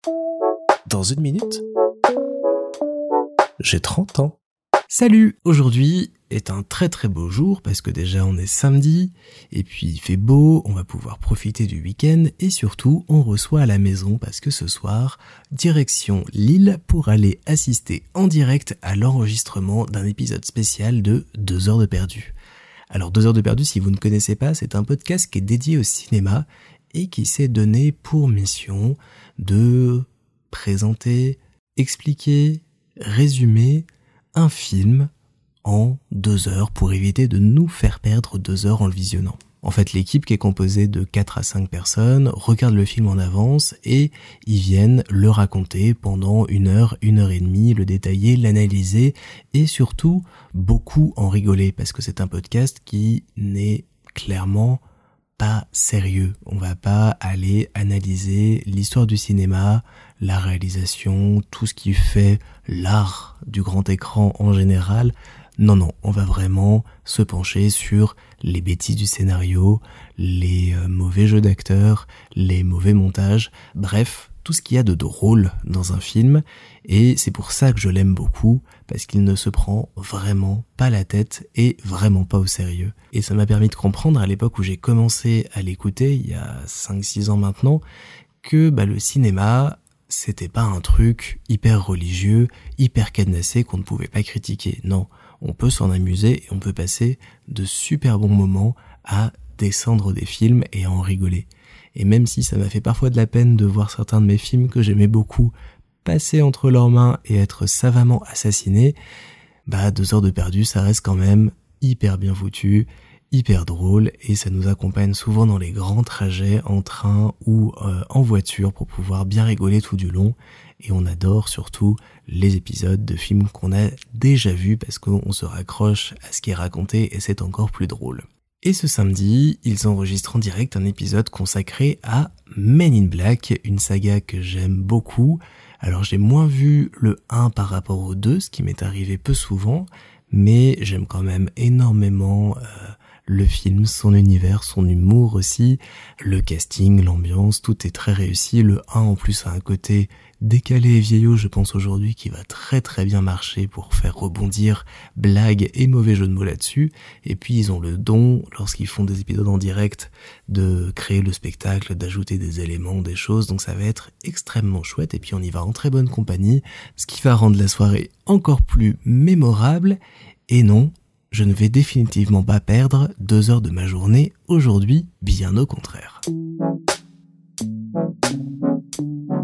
Dans une minute, j'ai 30 ans. Salut! Aujourd'hui est un très très beau jour parce que déjà on est samedi et puis il fait beau, on va pouvoir profiter du week-end et surtout on reçoit à la maison parce que ce soir, direction Lille pour aller assister en direct à l'enregistrement d'un épisode spécial de 2 heures de perdu. Alors 2 heures de perdu, si vous ne connaissez pas, c'est un podcast qui est dédié au cinéma et qui s'est donné pour mission de présenter, expliquer, résumer un film en 2 heures pour éviter de nous faire perdre 2 heures en le visionnant. En fait, l'équipe qui est composée de 4 à 5 personnes regarde le film en avance et ils viennent le raconter pendant 1 heure, 1 heure et demie, le détailler, l'analyser et surtout beaucoup en rigoler parce que c'est un podcast qui n'est clairement pas sérieux. On va pas aller analyser l'histoire du cinéma, la réalisation, tout ce qui fait l'art du grand écran en général. Non, on va vraiment se pencher sur les bêtises du scénario, les mauvais jeux d'acteurs, les mauvais montages, bref, tout ce qu'il y a de drôle dans un film, et c'est pour ça que je l'aime beaucoup, parce qu'il ne se prend vraiment pas la tête et vraiment pas au sérieux. Et ça m'a permis de comprendre à l'époque où j'ai commencé à l'écouter, il y a 5-6 ans maintenant, que le cinéma, c'était pas un truc hyper religieux, hyper cadenassé qu'on ne pouvait pas critiquer. Non, on peut s'en amuser et on peut passer de super bons moments à descendre des films et à en rigoler. Et même si ça m'a fait parfois de la peine de voir certains de mes films que j'aimais beaucoup passer entre leurs mains et être savamment assassinés, 2 heures de perdu, ça reste quand même hyper bien foutu, hyper drôle et ça nous accompagne souvent dans les grands trajets en train ou en voiture pour pouvoir bien rigoler tout du long. Et on adore surtout les épisodes de films qu'on a déjà vus parce qu'on se raccroche à ce qui est raconté et c'est encore plus drôle. Et ce samedi, ils enregistrent en direct un épisode consacré à Men in Black, une saga que j'aime beaucoup. Alors j'ai moins vu le 1 par rapport au 2, ce qui m'est arrivé peu souvent, mais j'aime quand même énormément le film, son univers, son humour aussi, le casting, l'ambiance, tout est très réussi. Le 1 en plus a un côté décalé et vieillot, je pense aujourd'hui, qui va très très bien marcher pour faire rebondir blagues et mauvais jeux de mots là-dessus. Et puis ils ont le don, lorsqu'ils font des épisodes en direct, de créer le spectacle, d'ajouter des éléments, des choses, donc ça va être extrêmement chouette. Et puis on y va en très bonne compagnie, ce qui va rendre la soirée encore plus mémorable. Et non, je ne vais définitivement pas perdre 2 heures de ma journée aujourd'hui, bien au contraire.